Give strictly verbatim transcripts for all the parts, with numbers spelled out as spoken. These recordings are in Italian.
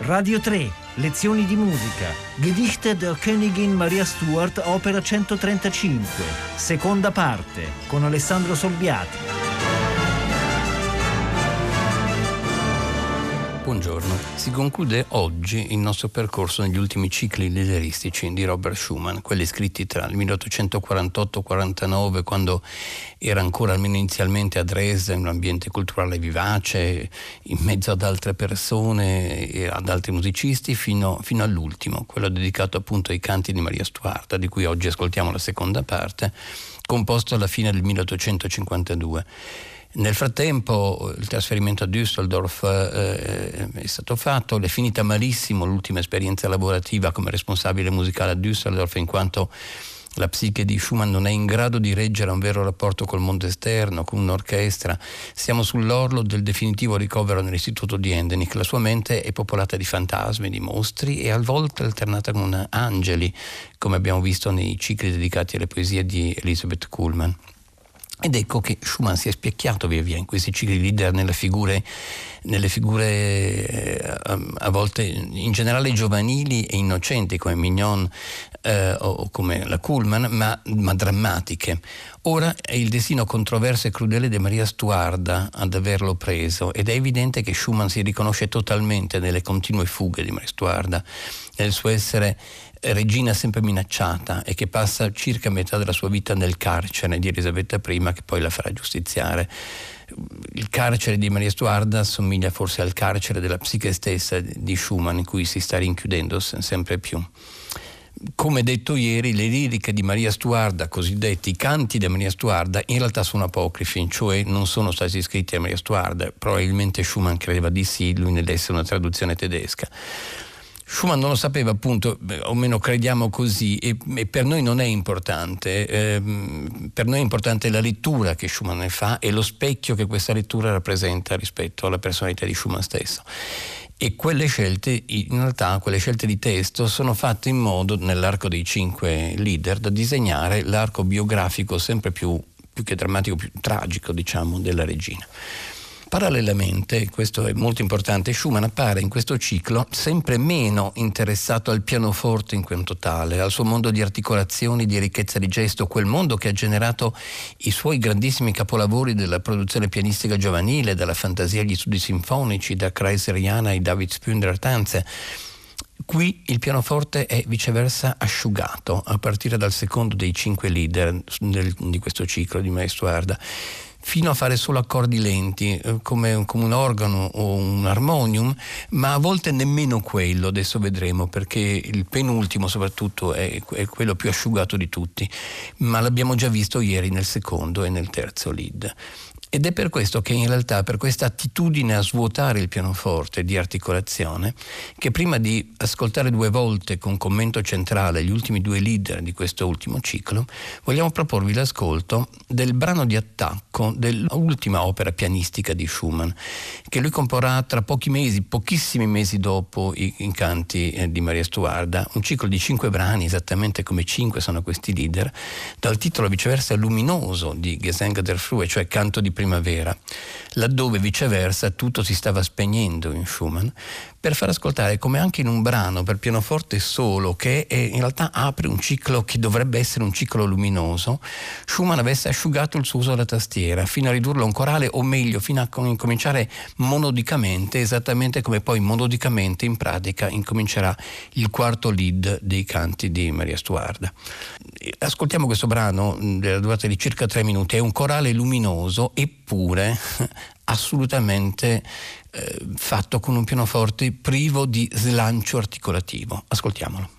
Radio tre, lezioni di musica. Gedichte der Königin Maria Stuart, opera centotrentacinque, seconda parte, con Alessandro Solbiati. Buongiorno. Si conclude oggi il nostro percorso negli ultimi cicli liederistici di Robert Schumann, quelli scritti tra il milleottocentoquarantotto quarantanove, quando era ancora almeno inizialmente a Dresda, in un ambiente culturale vivace, in mezzo ad altre persone e ad altri musicisti, fino, fino all'ultimo, quello dedicato appunto ai canti di Maria Stuarda, di cui oggi ascoltiamo la seconda parte, composto alla fine del milleottocentocinquantadue. Nel frattempo il trasferimento a Düsseldorf eh, è stato fatto, è finita malissimo l'ultima esperienza lavorativa come responsabile musicale a Düsseldorf, in quanto la psiche di Schumann non è in grado di reggere un vero rapporto col mondo esterno, con un'orchestra. Siamo sull'orlo del definitivo ricovero nell'istituto di Endenich. La sua mente è popolata di fantasmi, di mostri e a volte alternata con angeli, come abbiamo visto nei cicli dedicati alle poesie di Elisabeth Kuhlmann. Ed ecco che Schumann si è specchiato via via in questi cicli leader nelle figure, nelle figure eh, a volte in generale giovanili e innocenti come Mignon eh, o come la Kuhlmann, ma, ma drammatiche. Ora è il destino controverso e crudele di Maria Stuarda ad averlo preso, ed è evidente che Schumann si riconosce totalmente nelle continue fughe di Maria Stuarda, nel suo essere regina sempre minacciata e che passa circa metà della sua vita nel carcere di Elisabetta prima, che poi la farà giustiziare. Il carcere di Maria Stuarda assomiglia forse al carcere della psiche stessa di Schumann, in cui si sta rinchiudendo sempre più. Come detto ieri, le liriche di Maria Stuarda, cosiddetti canti di Maria Stuarda, in realtà sono apocrifi, cioè non sono stati scritti a Maria Stuarda. Probabilmente Schumann credeva di sì, lui ne desse una traduzione tedesca. Schumann non lo sapeva, appunto, o meno crediamo così, e, e per noi non è importante. Eh, per noi è importante la lettura che Schumann ne fa e lo specchio che questa lettura rappresenta rispetto alla personalità di Schumann stesso. E quelle scelte, in realtà, quelle scelte di testo sono fatte in modo, nell'arco dei cinque leader, da disegnare l'arco biografico sempre più, più che drammatico, più tragico, diciamo, della regina. Parallelamente, questo è molto importante, Schumann appare in questo ciclo sempre meno interessato al pianoforte in quanto tale, al suo mondo di articolazioni, di ricchezza di gesto, quel mondo che ha generato i suoi grandissimi capolavori della produzione pianistica giovanile, dalla fantasia agli studi sinfonici, da Kreiseriana ai David Spünder Tanze. Qui il pianoforte è viceversa asciugato a partire dal secondo dei cinque leader del, di questo ciclo di Maria Stuarda, fino a fare solo accordi lenti, eh, come, come un organo o un armonium, ma a volte nemmeno quello, adesso vedremo, perché il penultimo soprattutto è, è quello più asciugato di tutti, ma l'abbiamo già visto ieri nel secondo e nel terzo lead. Ed è per questo che in realtà, per questa attitudine a svuotare il pianoforte di articolazione, che prima di ascoltare due volte con commento centrale gli ultimi due leader di questo ultimo ciclo, vogliamo proporvi l'ascolto del brano di attacco dell'ultima opera pianistica di Schumann, che lui comporrà tra pochi mesi, pochissimi mesi dopo i, i canti eh, di Maria Stuarda, un ciclo di cinque brani, esattamente come cinque sono questi leader, dal titolo viceversa luminoso di Gesang der Frühe, cioè canto di primavera, laddove viceversa tutto si stava spegnendo in Schumann, per far ascoltare come anche in un brano per pianoforte solo, che è, in realtà apre un ciclo che dovrebbe essere un ciclo luminoso, Schumann avesse asciugato il suo uso della tastiera fino a ridurlo a un corale, o meglio fino a incominciare monodicamente, esattamente come poi monodicamente in pratica incomincerà il quarto lead dei canti di Maria Stuarda. Ascoltiamo questo brano della durata di circa tre minuti, è un corale luminoso eppure assolutamente eh, fatto con un pianoforte privo di slancio articolativo. Ascoltiamolo.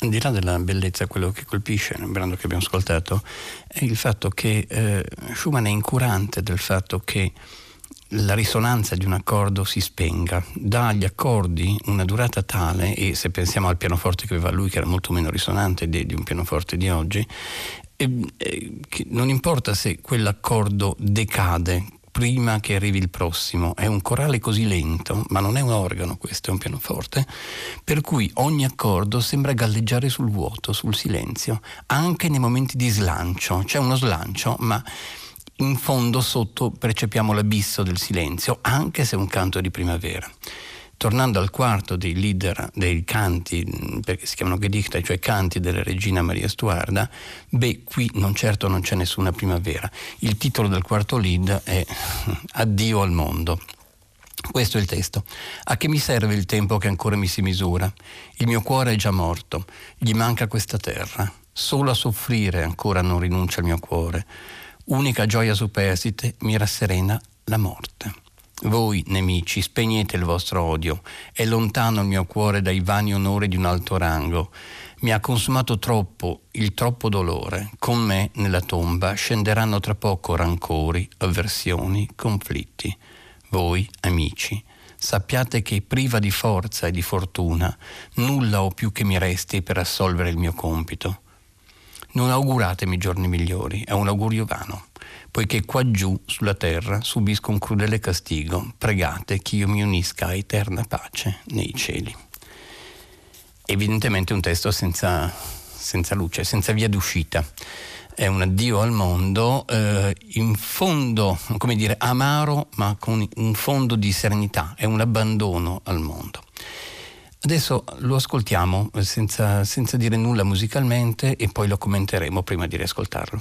al di là della bellezza, quello che colpisce nel brano che abbiamo ascoltato è il fatto che eh, Schumann è incurante del fatto che la risonanza di un accordo si spenga, dà agli accordi una durata tale, e se pensiamo al pianoforte che aveva lui, che era molto meno risonante di, di un pianoforte di oggi, e, e, che non importa se quell'accordo decade prima che arrivi il prossimo, è un corale così lento, ma non è un organo, questo è un pianoforte, per cui ogni accordo sembra galleggiare sul vuoto, sul silenzio, anche nei momenti di slancio. C'è uno slancio, ma in fondo sotto percepiamo l'abisso del silenzio, anche se è un canto di primavera. Tornando al quarto dei leader dei canti, perché si chiamano Gedichte, cioè canti della regina Maria Stuarda, beh, qui non certo non c'è nessuna primavera. Il titolo del quarto lead è Addio al mondo. Questo è il testo. A che mi serve il tempo che ancora mi si misura? Il mio cuore è già morto, gli manca questa terra. Solo a soffrire ancora non rinuncia il mio cuore. Unica gioia superstite mi rasserena la morte. Voi, nemici, spegnete il vostro odio. È lontano il mio cuore dai vani onori di un alto rango. Mi ha consumato troppo, il troppo dolore. Con me, nella tomba, scenderanno tra poco rancori, avversioni, conflitti. Voi, amici, sappiate che priva di forza e di fortuna, nulla ho più che mi resti per assolvere il mio compito. Non auguratemi giorni migliori, è un augurio vano, poiché qua giù, sulla terra, subisco un crudele castigo. Pregate che io mi unisca a eterna pace nei cieli. Evidentemente un testo senza, senza luce, senza via d'uscita. È un addio al mondo, eh, in fondo, come dire, amaro, ma con un fondo di serenità. È un abbandono al mondo. Adesso lo ascoltiamo senza, senza dire nulla musicalmente e poi lo commenteremo prima di riascoltarlo.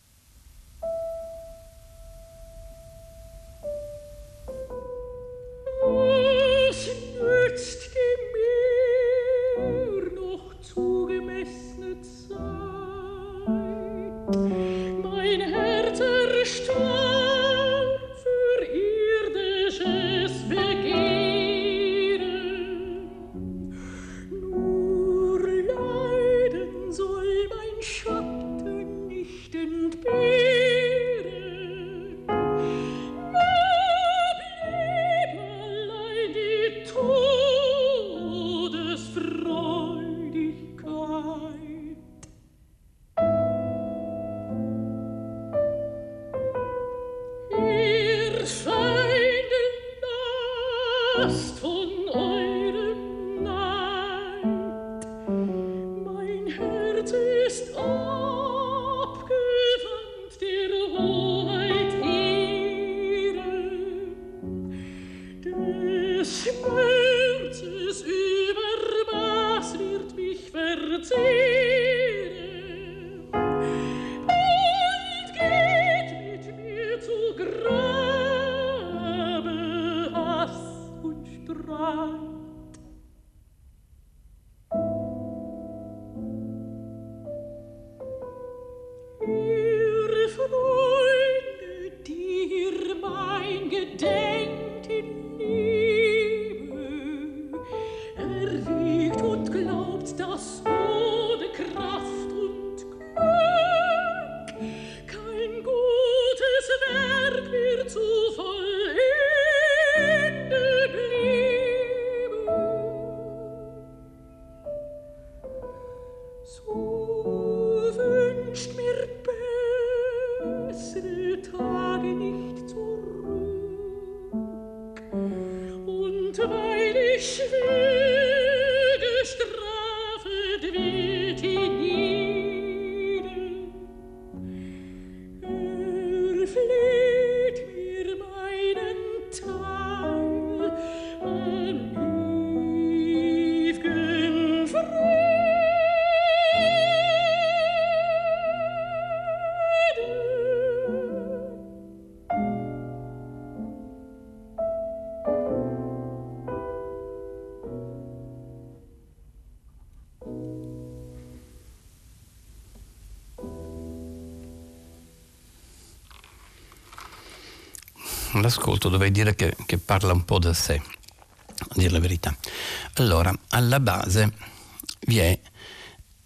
L'ascolto dovrei dire che, che parla un po' da sé, a dire la verità. Allora, alla base vi è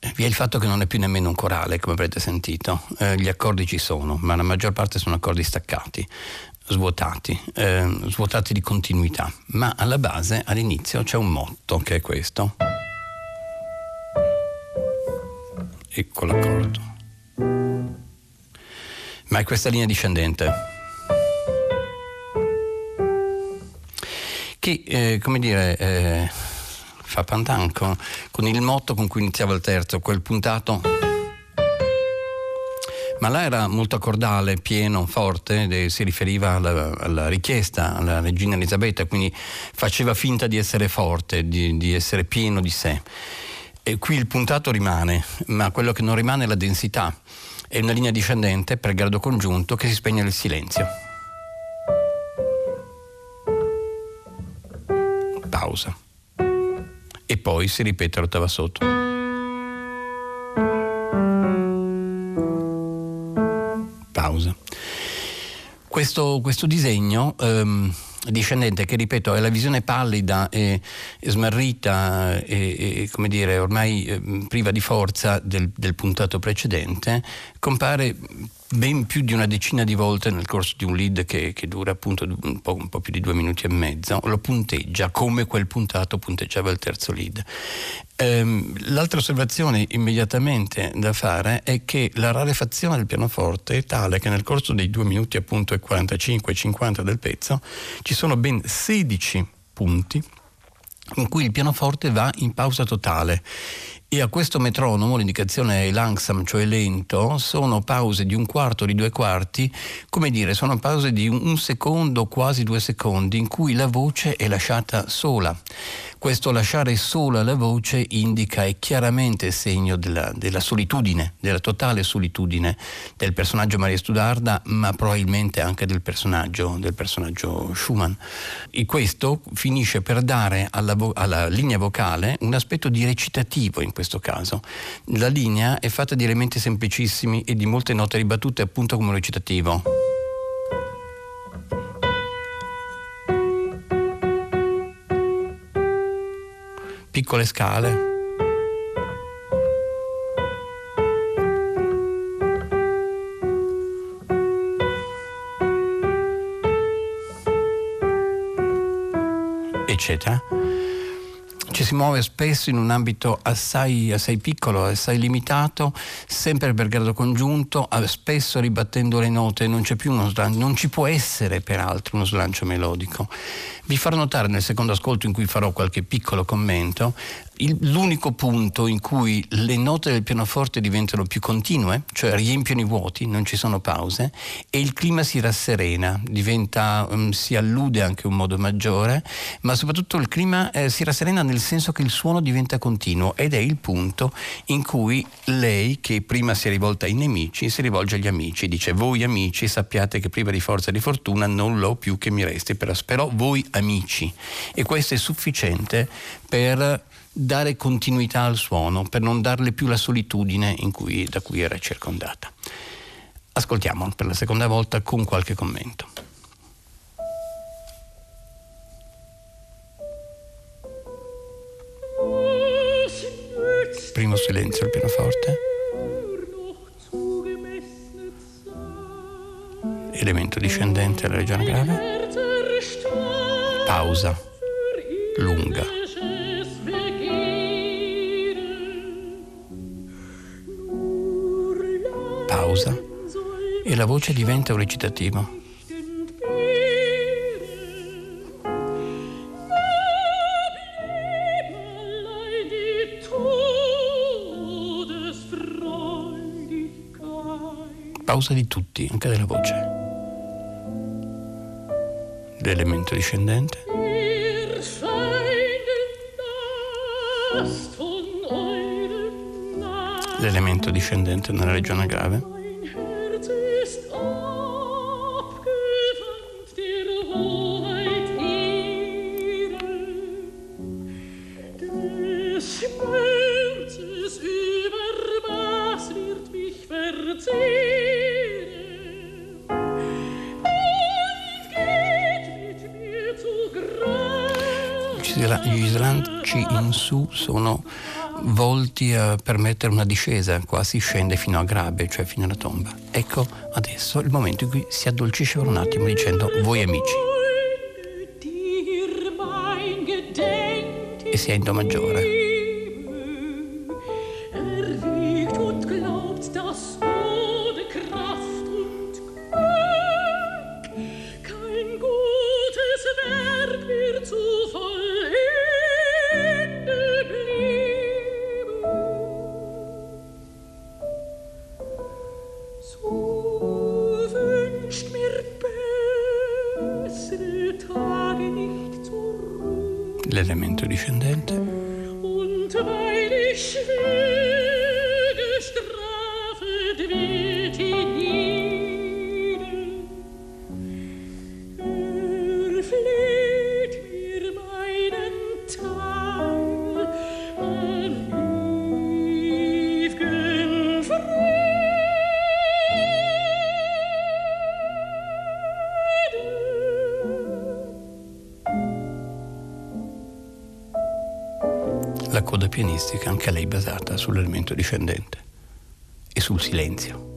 Vi è il fatto che non è più nemmeno un corale, come avrete sentito. Eh, gli accordi ci sono, ma la maggior parte sono accordi staccati, svuotati, eh, svuotati di continuità. Ma alla base, all'inizio, c'è un motto che è questo. Ecco l'accordo. Ma è questa linea discendente che, eh, come dire, eh, fa pandan con, con il motto con cui iniziava il terzo, quel puntato. Ma là era molto accordale, pieno, forte, de, si riferiva alla, alla richiesta alla regina Elisabetta, quindi faceva finta di essere forte, di, di essere pieno di sé. E qui il puntato rimane, ma quello che non rimane è la densità. È una linea discendente per grado congiunto che si spegne nel silenzio. Pausa. E poi si ripete l'ottava sotto. Pausa. Questo, questo disegno ehm, discendente, che ripeto è la visione pallida e, e smarrita e, e come dire ormai eh, priva di forza del, del puntato precedente, compare ben più di una decina di volte nel corso di un lead che, che dura appunto un po', un po' più di due minuti e mezzo. Lo punteggia come quel puntato punteggiava il terzo lead. Ehm, l'altra osservazione immediatamente da fare è che la rarefazione del pianoforte è tale che nel corso dei due minuti appunto e quarantacinque cinquanta del pezzo ci sono ben sedici punti in cui il pianoforte va in pausa totale. E a questo metronomo l'indicazione è langsam, cioè lento, sono pause di un quarto, di due quarti, come dire, sono pause di un secondo, quasi due secondi, in cui la voce è lasciata sola. Questo lasciare sola la voce indica è chiaramente segno della, della solitudine, della totale solitudine del personaggio Maria Studarda, ma probabilmente anche del personaggio, del personaggio Schumann. E questo finisce per dare alla, vo- alla linea vocale un aspetto di recitativo in questo caso. La linea è fatta di elementi semplicissimi e di molte note ribattute appunto come recitativo. Piccole scale. Eccetera. Ci si muove spesso in un ambito assai, assai piccolo, assai limitato, sempre per grado congiunto, spesso ribattendo le note. Non c'è più uno slancio, non ci può essere peraltro uno slancio melodico. Vi farò notare nel secondo ascolto, in cui farò qualche piccolo commento, il, l'unico punto in cui le note del pianoforte diventano più continue, cioè riempiono i vuoti, non ci sono pause, e il clima si rasserena, diventa, um, si allude anche un modo maggiore, ma soprattutto il clima eh, si rasserena nel senso che il suono diventa continuo, ed è il punto in cui lei, che prima si è rivolta ai nemici, si rivolge agli amici, dice: voi amici sappiate che priva di forza e di fortuna non l'ho più che mi resti, però, però voi amici. E questo è sufficiente per dare continuità al suono, per non darle più la solitudine in cui, da cui era circondata. Ascoltiamo per la seconda volta con qualche commento. Primo silenzio al pianoforte. Elemento discendente alla regione grave. Pausa lunga. Pausa e la voce diventa un recitativo. Pausa di tutti, anche della voce. L'elemento discendente. L'elemento discendente nella regione grave. Gli slanci in su sono volti a permettere una discesa, qua si scende fino a Grabe, cioè fino alla tomba. Ecco adesso il momento in cui si addolcisce per un attimo dicendo voi amici, e si è in do maggiore. L'elemento discendente. Und weil ich schwere Strafe wird ihn nieder, erfleht mir meinen Teil an ew'gen Frieden. La coda pianistica, anche lei basata sull'elemento discendente e sul silenzio.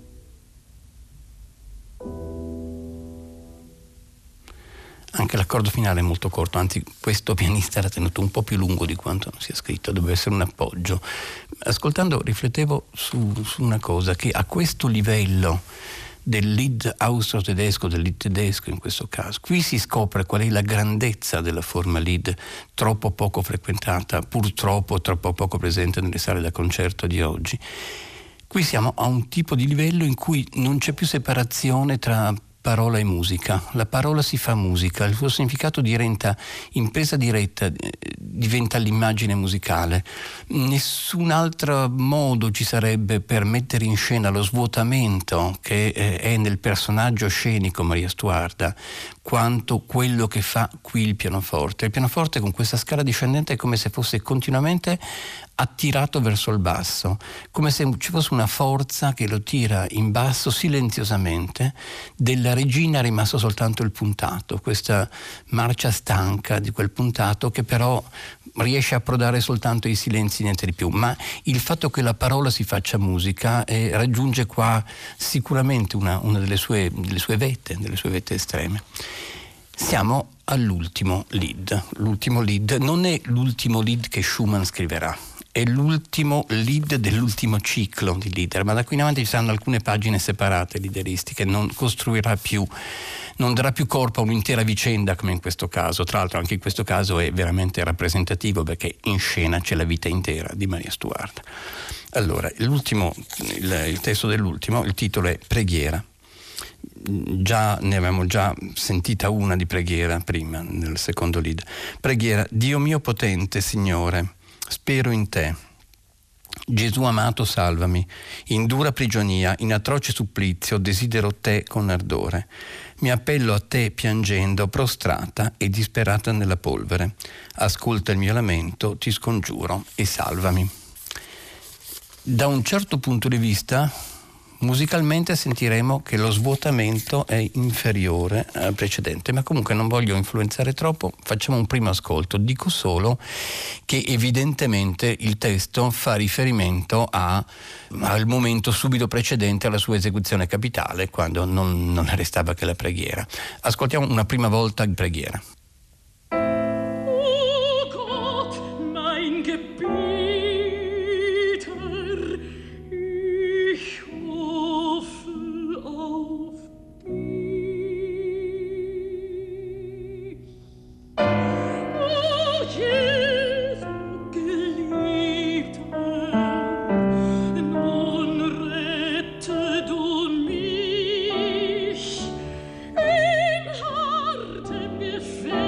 Anche l'accordo finale è molto corto, anzi questo pianista era tenuto un po' più lungo di quanto non sia scritto, doveva essere un appoggio. Ascoltando riflettevo su, su una cosa, che a questo livello del lead austro-tedesco, del lead tedesco in questo caso, qui si scopre qual è la grandezza della forma lead, troppo poco frequentata, purtroppo troppo poco presente nelle sale da concerto di oggi. Qui siamo a un tipo di livello in cui non c'è più separazione tra parola e musica. La parola si fa musica, il suo significato diventa in presa diretta, diventa l'immagine musicale. Nessun altro modo ci sarebbe per mettere in scena lo svuotamento che è nel personaggio scenico Maria Stuarda, quanto quello che fa qui il pianoforte. Il pianoforte con questa scala discendente è come se fosse continuamente attirato verso il basso, come se ci fosse una forza che lo tira in basso silenziosamente. Della regina è rimasto soltanto il puntato, questa marcia stanca di quel puntato che però riesce a approdare soltanto i silenzi, niente di più. Ma il fatto che la parola si faccia musica eh, raggiunge qua sicuramente una, una delle sue, delle sue vette, delle sue vette estreme. Siamo all'ultimo lead. L'ultimo lead non è l'ultimo lead che Schumann scriverà, è l'ultimo lead dell'ultimo ciclo di leader, ma da qui in avanti ci saranno alcune pagine separate lideristiche, non costruirà più, non darà più corpo a un'intera vicenda come in questo caso. Tra l'altro anche in questo caso è veramente rappresentativo perché in scena c'è la vita intera di Maria Stuarda. Allora, l'ultimo, il, il testo dell'ultimo, il titolo è Preghiera. Già ne avevamo già sentita una di preghiera prima nel secondo lead. Preghiera: Dio mio potente, Signore, spero in te. Gesù amato, salvami. In dura prigionia, in atroce supplizio, desidero te con ardore. Mi appello a te piangendo, prostrata e disperata nella polvere. Ascolta il mio lamento, ti scongiuro e salvami. Da un certo punto di vista, musicalmente sentiremo che lo svuotamento è inferiore al precedente, ma comunque non voglio influenzare troppo, facciamo un primo ascolto. Dico solo che evidentemente il testo fa riferimento a, al momento subito precedente alla sua esecuzione capitale, quando non, non restava che la preghiera. Ascoltiamo una prima volta in preghiera. Faith.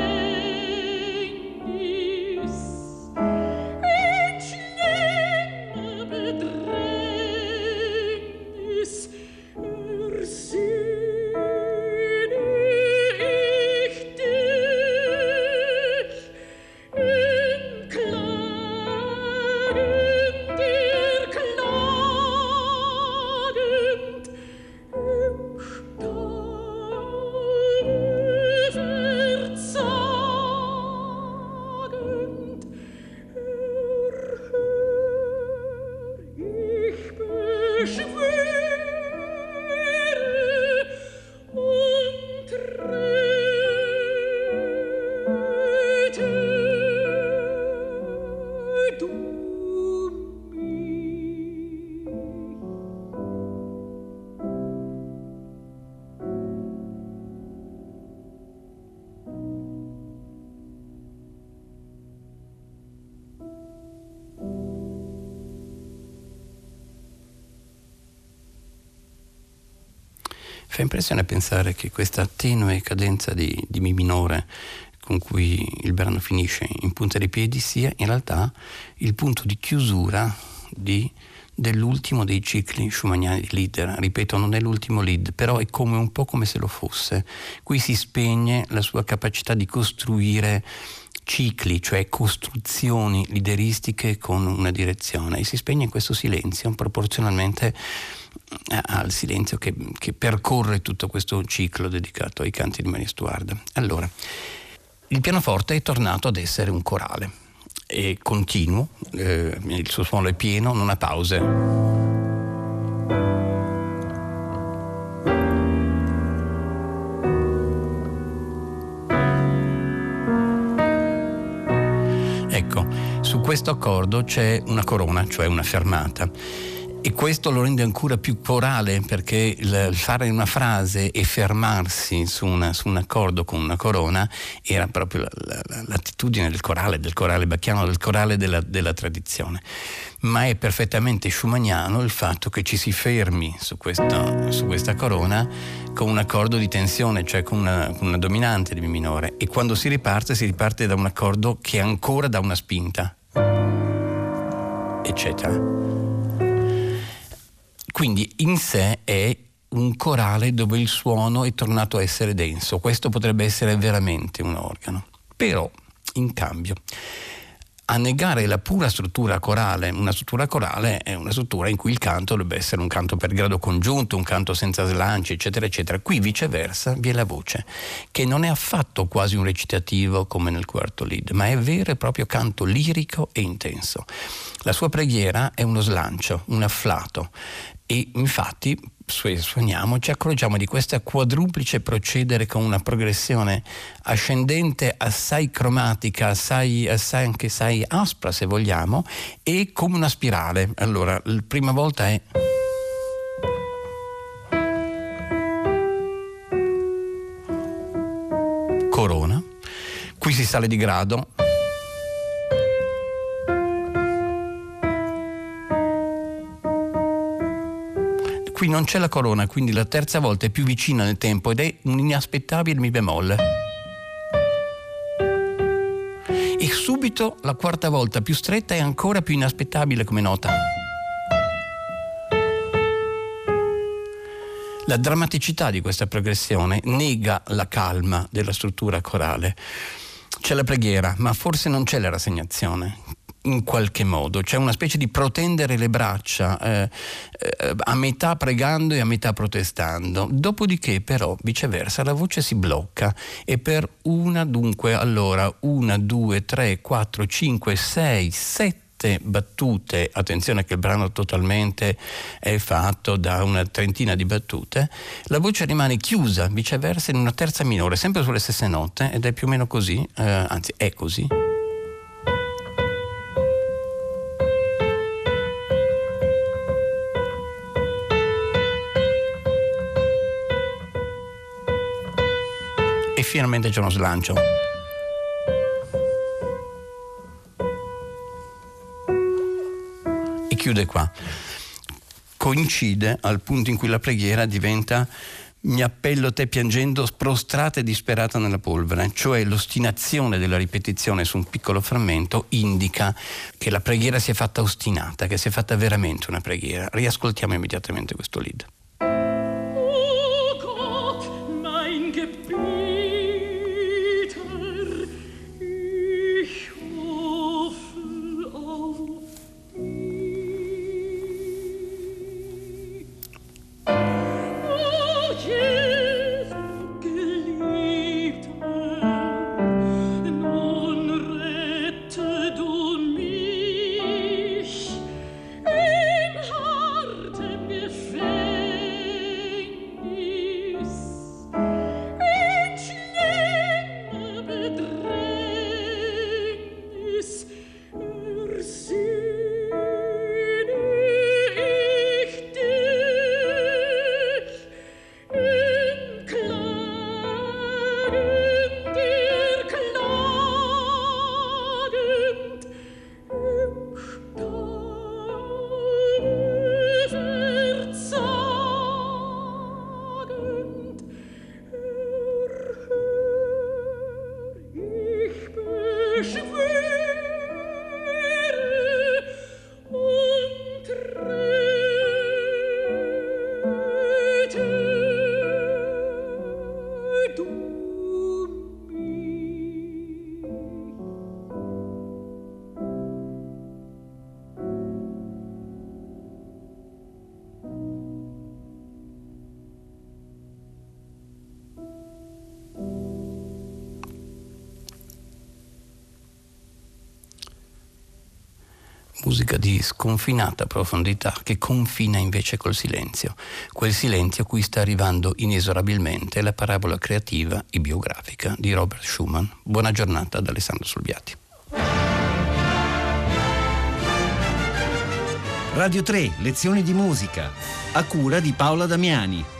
Fa impressione pensare che questa tenue cadenza di, di Mi minore con cui il brano finisce in punta di piedi sia in realtà il punto di chiusura di, dell'ultimo dei cicli schumanniani di Lieder. Ripeto, non è l'ultimo lead, però è come un po' come se lo fosse. Qui si spegne la sua capacità di costruire cicli, cioè costruzioni lideristiche con una direzione, e si spegne in questo silenzio proporzionalmente al silenzio che, che percorre tutto questo ciclo dedicato ai canti di Maria Stuarda. Allora, il pianoforte è tornato ad essere un corale, è continuo, eh, il suo suono è pieno, non ha pause. Ecco, su questo accordo c'è una corona, cioè una fermata. E questo lo rende ancora più corale, perché il fare una frase e fermarsi su, una, su un accordo con una corona era proprio la, la, l'attitudine del corale, del corale bacchiano, del corale della, della tradizione. Ma è perfettamente schumanniano il fatto che ci si fermi su, questo, su questa corona con un accordo di tensione, cioè con una, con una dominante di Mi minore, e quando si riparte si riparte da un accordo che ancora dà una spinta, eccetera. Quindi in sé è un corale dove il suono è tornato a essere denso. Questo potrebbe essere veramente un organo. Però, in cambio, a negare la pura struttura corale, una struttura corale è una struttura in cui il canto dovrebbe essere un canto per grado congiunto, un canto senza slanci, eccetera, eccetera. Qui viceversa vi è la voce, che non è affatto quasi un recitativo come nel quarto lead, ma è vero e proprio canto lirico e intenso. La sua preghiera è uno slancio, un afflato. E infatti suoniamo, ci accorgiamo di questa quadruplice procedere con una progressione ascendente assai cromatica, assai, assai anche assai aspra se vogliamo, e come una spirale. Allora, la prima volta è corona, qui si sale di grado, qui non c'è la corona, quindi la terza volta è più vicina nel tempo ed è un inaspettabile Mi bemolle. E subito la quarta volta più stretta è ancora più inaspettabile come nota. La drammaticità di questa progressione nega la calma della struttura corale. C'è la preghiera, ma forse non c'è la rassegnazione. In qualche modo c'è una specie di protendere le braccia, eh, eh, a metà pregando e a metà protestando. Dopodiché però viceversa la voce si blocca e per una, dunque allora una, due, tre, quattro, cinque, sei, sette battute, attenzione che il brano totalmente è fatto da una trentina di battute, la voce rimane chiusa viceversa in una terza minore, sempre sulle stesse note, ed è più o meno così, eh, anzi è così. E finalmente c'è uno slancio. E chiude qua. Coincide al punto in cui la preghiera diventa mi appello a te piangendo, prostrata e disperata nella polvere, cioè l'ostinazione della ripetizione su un piccolo frammento indica che la preghiera si è fatta ostinata, che si è fatta veramente una preghiera. Riascoltiamo immediatamente questo lead. Im Harte mir fehlt musica di sconfinata profondità che confina invece col silenzio, quel silenzio a cui sta arrivando inesorabilmente la parabola creativa e biografica di Robert Schumann. Buona giornata da Alessandro Solbiati. Radio tre, lezioni di musica, a cura di Paola Damiani.